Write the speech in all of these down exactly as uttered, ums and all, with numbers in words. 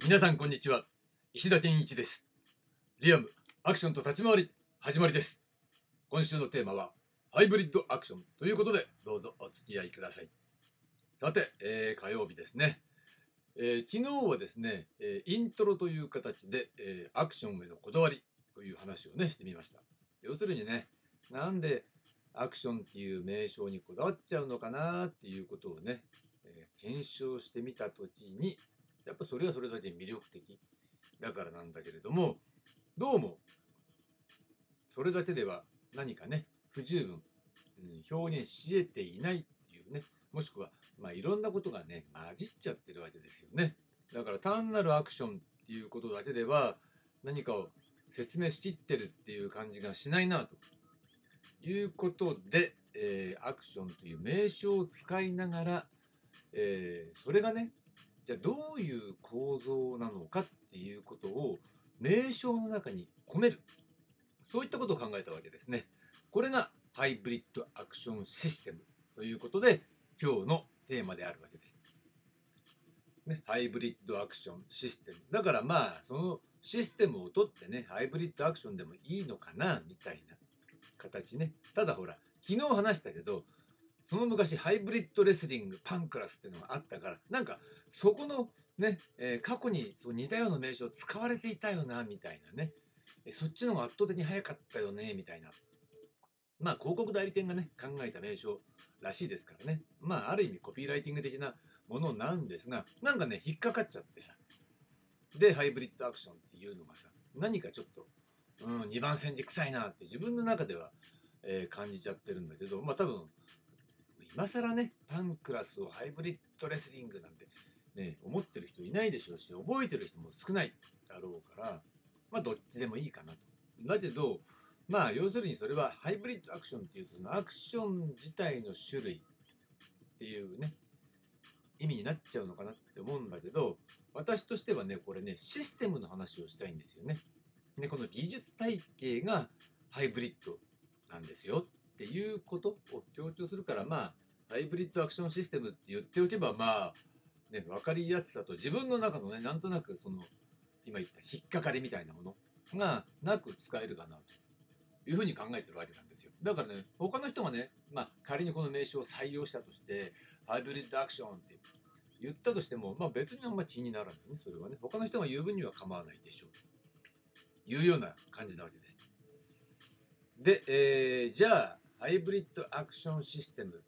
皆さんこんにちは。石田健一です。リアムアクションと立ち回り始まりです。今週のテーマはハイブリッドアクションということで、どうぞお付き合いください。さて、えー、火曜日ですね、えー、昨日はですね、えー、イントロという形で、えー、アクションへのこだわりという話をねしてみました。要するにね、なんでアクションっていう名称にこだわっちゃうのかなっていうことをね、えー、検証してみたときに、やっぱそれはそれだけ魅力的だからなんだけれども、どうもそれだけでは何かね不十分、うん、表現し得ていないっていうね、もしくはまあいろんなことがね混じっちゃってるわけですよね。だから単なるアクションっていうことだけでは何かを説明しきってるっていう感じがしないなということで、えー、アクションという名称を使いながら、えー、それがね、じゃあどういう構造なのかっていうことを名称の中に込める、そういったことを考えたわけですね。これがハイブリッドアクションシステムということで今日のテーマであるわけです。ね、ハイブリッドアクションシステムだから、まあそのシステムをとってねハイブリッドアクションでもいいのかなみたいな形ね。ただほら、昨日話したけど、その昔ハイブリッドレスリングパンクラスっていうのがあったから、なんかそこのね、えー、過去にそう似たような名称使われていたよなみたいなね、そっちの方が圧倒的に早かったよねみたいな、まあ広告代理店がね考えた名称らしいですからね、まあある意味コピーライティング的なものなんですが、なんかね引っかかっちゃってさ、でハイブリッドアクションっていうのがさ、何かちょっと、うん、にばん煎じ臭いなって自分の中では、えー、感じちゃってるんだけど、まあ多分今更ねパンクラスをハイブリッドレスリングなんてね思ってる人いないでしょうし、覚えてる人も少ないだろうから、まあどっちでもいいかなと。だけどまあ要するにそれはハイブリッドアクションっていうと、そのアクション自体の種類っていうね意味になっちゃうのかなって思うんだけど、私としてはねこれねシステムの話をしたいんですよね。でこの技術体系がハイブリッドなんですよっていうことを強調するから、まあハイブリッドアクションシステムって言っておけば、まあね分かりやすさと自分の中のねなんとなくその今言った引っかかりみたいなものがなく使えるかなというふうに考えてるわけなんですよ。だからね他の人がね、まあ仮にこの名称を採用したとしてハイブリッドアクションって言ったとしても、まあ別にあんまり気にならないね。それはね他の人が言う分には構わないでしょうというような感じなわけです。で、えー、じゃあハイブリッドアクションシステム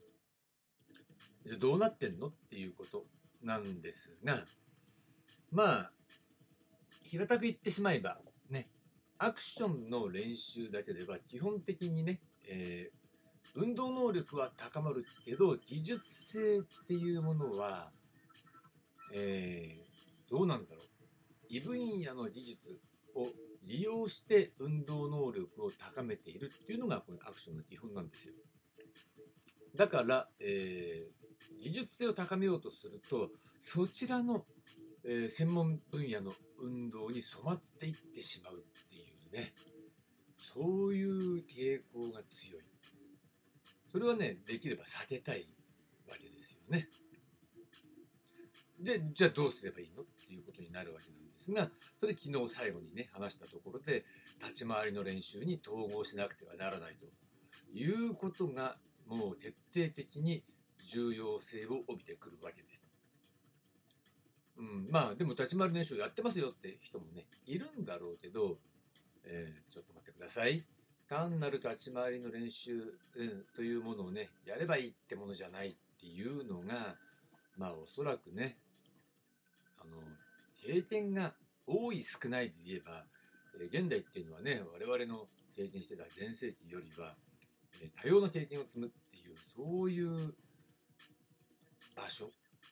どうなってんのっていうことなんですが、まあ平たく言ってしまえばね、アクションの練習だけでは基本的にね、えー、運動能力は高まるけど技術性っていうものは、えー、どうなんだろう、異分野の技術を利用して運動能力を高めているっていうのがこのアクションの基本なんですよ。だから、えー、技術性を高めようとするとそちらの、えー、専門分野の運動に染まっていってしまうっていうね、そういう傾向が強い。それはねできれば避けたいわけですよね。でじゃあどうすればいいのっていうことになるわけなんですが、それ昨日最後にね話したところで、立ち回りの練習に統合しなくてはならないということがもう徹底的に重要性を帯びてくるわけです。うん、まあでも立ち回り練習やってますよって人もねいるんだろうけど、えー、ちょっと待ってください。単なる立ち回りの練習、うん、というものをねやればいいってものじゃないっていうのが、まあおそらくね、あの経験が多い少ないで言えば、えー、現代っていうのはね我々の経験してた全盛期よりは、えー、多様な経験を積むっていう、そういう場所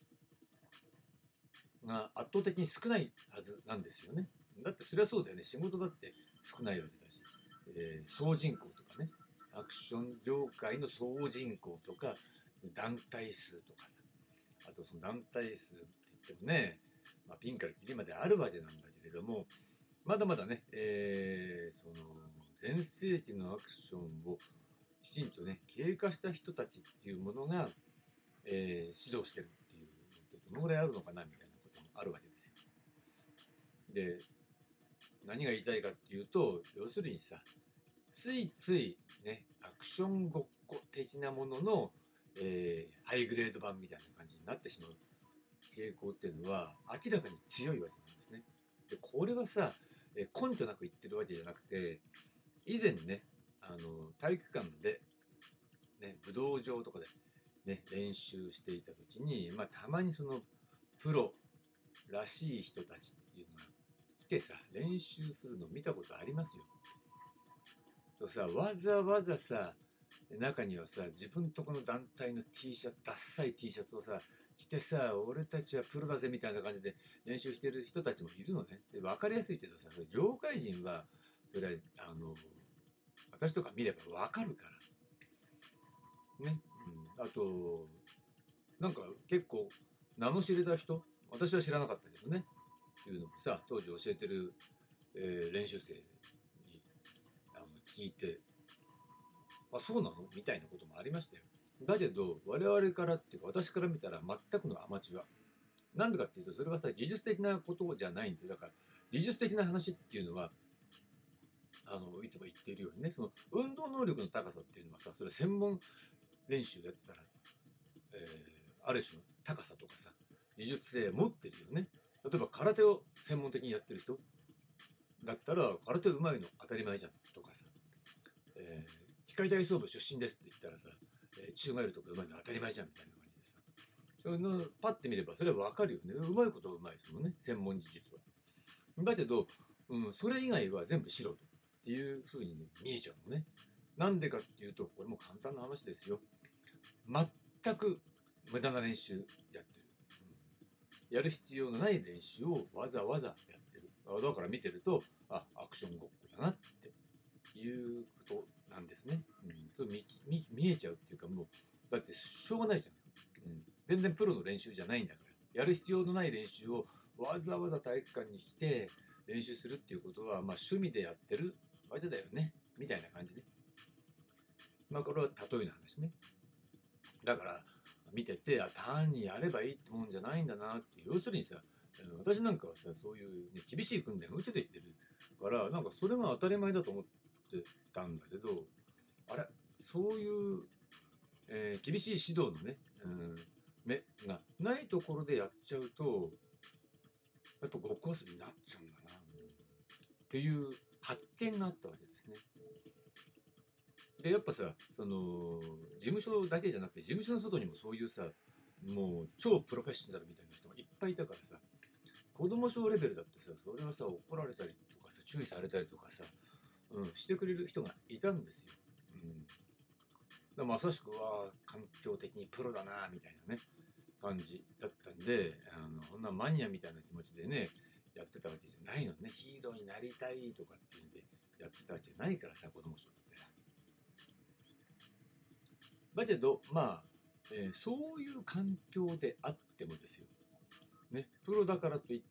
が圧倒的に少ないはずなんですよね。だってそれはそうだよね、仕事だって少ないわけだし、えー、総人口とかね、アクション業界の総人口とか団体数とかさ、あとその団体数って言ってもね、まあ、ピンからキリまであるわけなんだけれども、まだまだね、えー、その全盛期のアクションをきちんとね経過した人たちっていうものが、えー、指導してるっていうのってどのぐらいあるのかなみたいなこともあるわけですよ。 で何が言いたいかっていうと、要するにさ、ついついねアクションごっこ的なものの、えーハイグレード版みたいな感じになってしまう傾向っていうのは明らかに強いわけなんですね。でこれはさ、えー根拠なく言ってるわけじゃなくて、以前ねあの体育館で、ね、武道場とかで、ね、練習していた時に、まあ、たまにそのプロらしい人たちっていうのが来てさ練習するの見たことありますよ。とさ、わざわざさ中にはさ自分とこの団体の T シャツダッサい T シャツをさ着てさ、俺たちはプロだぜみたいな感じで練習してる人たちもいるのね。で分かりやすいけどさ、業界人はそれはあの私とか見れば分かるからね、うん、あとなんか結構名の知れた人、私は知らなかったけどねっていうのもさ、当時教えてる、えー練習生にあの聞いて、あ、そうなのみたいなこともありましたよ。だけど我々からっていうか私から見たら全くのアマチュア。なんでかっていうと、それはさ技術的なことじゃないんで、だから技術的な話っていうのはあのいつも言っているようにね、その運動能力の高さっていうのはさ、それ専門練習やってたら、えーある種の高さとかさ技術性持ってるよね。例えば空手を専門的にやってる人だったら空手うまいの当たり前じゃんとかさ、えー機械体操部出身ですって言ったらさ、えー宙返りとかうまいの当たり前じゃんみたいな感じでさ、そういうのパッて見ればそれは分かるよね。うまいことはうまいそのね専門技術は。だけど、うん、それ以外は全部素人っていう風に、ね、見えちゃうのね。なんでかっていうと、これも簡単な話ですよ。全く無駄な練習やってる、うん、やる必要のない練習をわざわざやってる。だから見てると、あ、アクションごっこだなっていうことなんですね、うん、そう 見, 見, 見えちゃうっていうか、もうだってしょうがないじゃん、うん、全然プロの練習じゃないんだから。やる必要のない練習をわざわざ体育館に来て練習するっていうことは、まあ、趣味でやってるわけだよねみたいな感じで、まあこれは例えの話ね。だから見てて、あ、単にやればいいってもんじゃないんだなって。要するにさ、私なんかはさそういう、ね、厳しい訓練を受けていってるから、なんかそれが当たり前だと思ってたんだけど、あれそういう、えー厳しい指導のね、うん、目がないところでやっちゃうと、やっぱごっこ遊びになっちゃうんだな、うんっていう発見があったわけですね。でやっぱさ、その事務所だけじゃなくて事務所の外にもそういうさ、もう超プロフェッショナルみたいな人がいっぱいいたからさ、子供小レベルだってさ、それはさ怒られたりとかさ注意されたりとかさ、うん、してくれる人がいたんですよ。うん、だからまさしくは環境的にプロだなみたいなね感じだったんで、あのこんなマニアみたいな気持ちでねやってたわけじゃないのね。ヒーローになりたいとかっていうんでやってたわけじゃないからさ、子供小だってさ。だけどまあ、えーそういう環境であってもですよ、ね、プロだからといって、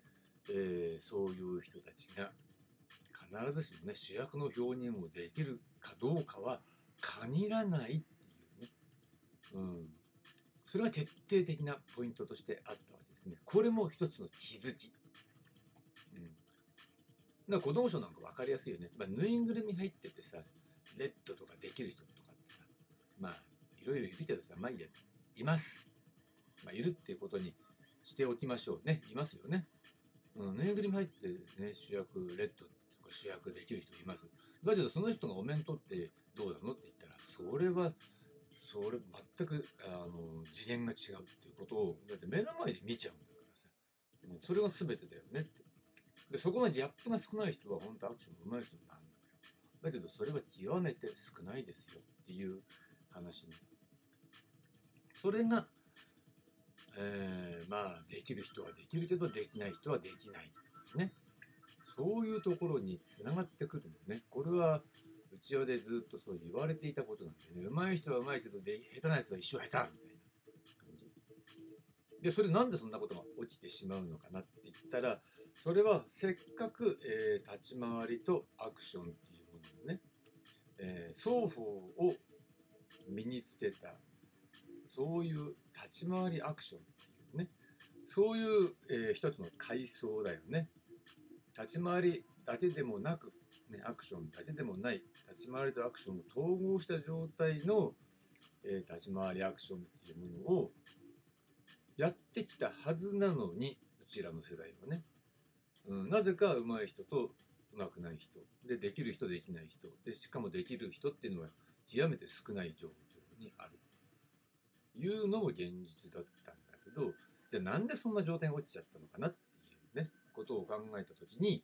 えーそういう人たちが必ずしもね主役の表現をできるかどうかは限らないっていうね、うん、それが徹底的なポイントとしてあったわけですね。これも一つの気づき、うん、だから子供賞なんか分かりやすいよね。まあ、ぬいぐるみ入っててさレッドとかできる人とかってさ、まあいろいろいるけどさ、まあいいや、います、まあ、いるっていうことにしておきましょうね。いますよね。うん、ぬいぐるみ入ってね主役レッドとか主役できる人います。だけどその人がお面取ってどうなのって言ったら、それはそれ全くあの次元が違うっていうことをだって目の前で見ちゃうんだからさ、うん、それが全てだよねって。でそこのギャップが少ない人は本当アクション上手い人なんだよ。だけどそれは極めて少ないですよっていう話ね。それが、えー、まあできる人はできるけどできない人はできないね。そういうところにつながってくるのね。これはうちわでずっとそう言われていたことなんでね。上手い人は上手いけどで下手なやつは一生下手みたいな感じで、それなんでそんなことが起きてしまうのかなって言ったら、それはせっかく、えー立ち回りとアクションっていうものをね、えー双方を身につけたそういう立ち回りアクションっていうね、そういう、えー一つの階層だよね。 立ち回りだけでもなく、ね、アクションだけでもない立ち回りとアクションを統合した状態の、えー、立ち回りアクションっていうものをやってきたはずなのに、うちらの世代はね、うん、なぜか上手い人と上手くない人で、できる人できない人で、しかもできる人っていうのは極めて少ない状況にあるというのも現実だったんだけど、じゃあなんでそんな状態が落ちちゃったのかなっていうねことを考えたときに、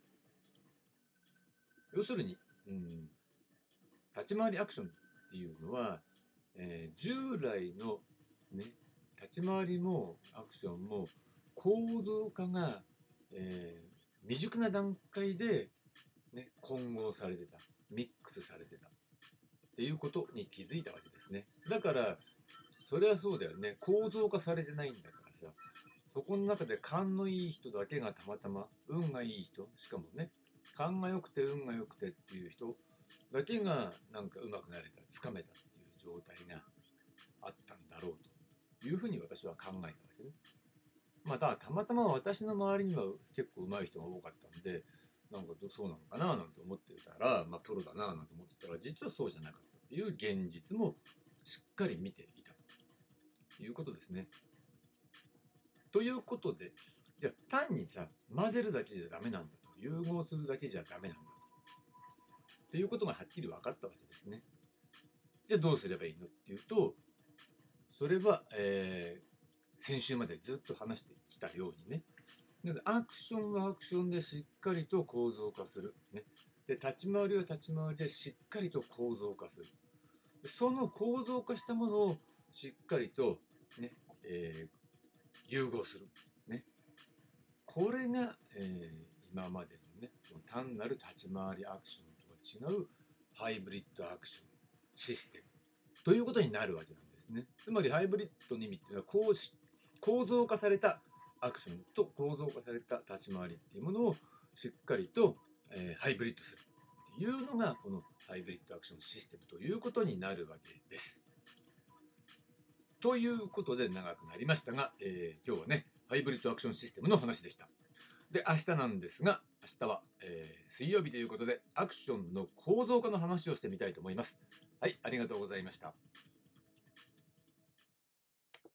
要するに、うん、立ち回りアクションっていうのは、えー、従来のね立ち回りもアクションも構造化が、えー、未熟な段階で、ね、混合されてた、ミックスされてたっていうことに気づいたわけですね。だからそれはそうだよね、構造化されてないんだからさ、そこの中で勘のいい人だけがたまたま、運がいい人、しかもね勘が良くて運が良くてっていう人だけがなんか上手くなれた、つかめたっていう状態があったんだろうというふうに私は考えたわけね。まあだからたまたま私の周りには結構上手い人が多かったんで、なんかそうなのかななんて思ってたら、まあプロだななんて思ってたら、実はそうじゃなかったという現実もしっかり見ていたということですね。ということで、じゃあ単にさ混ぜるだけじゃダメなんだと、融合するだけじゃダメなんだとっていうことがはっきり分かったわけですね。じゃあどうすればいいのっていうと、それは、えー、先週までずっと話してきたようにね、アクションはアクションでしっかりと構造化する、ね、で立ち回りは立ち回りでしっかりと構造化する、その構造化したものをしっかりと、ねえー、融合する、ね、これが、えー、今までのね単なる立ち回りアクションとは違うハイブリッドアクションシステムということになるわけなんですね。つまりハイブリッドの意味っていうのはこうし構造化されたアクションと構造化された立ち回りっていうものをしっかりと、えー、ハイブリッドするっていうのがこのハイブリッドアクションシステムということになるわけです。ということで長くなりましたが、えー、今日はねハイブリッドアクションシステムの話でした。で明日なんですが、明日は、えー、水曜日ということでアクションの構造化の話をしてみたいと思います。はい、ありがとうございました。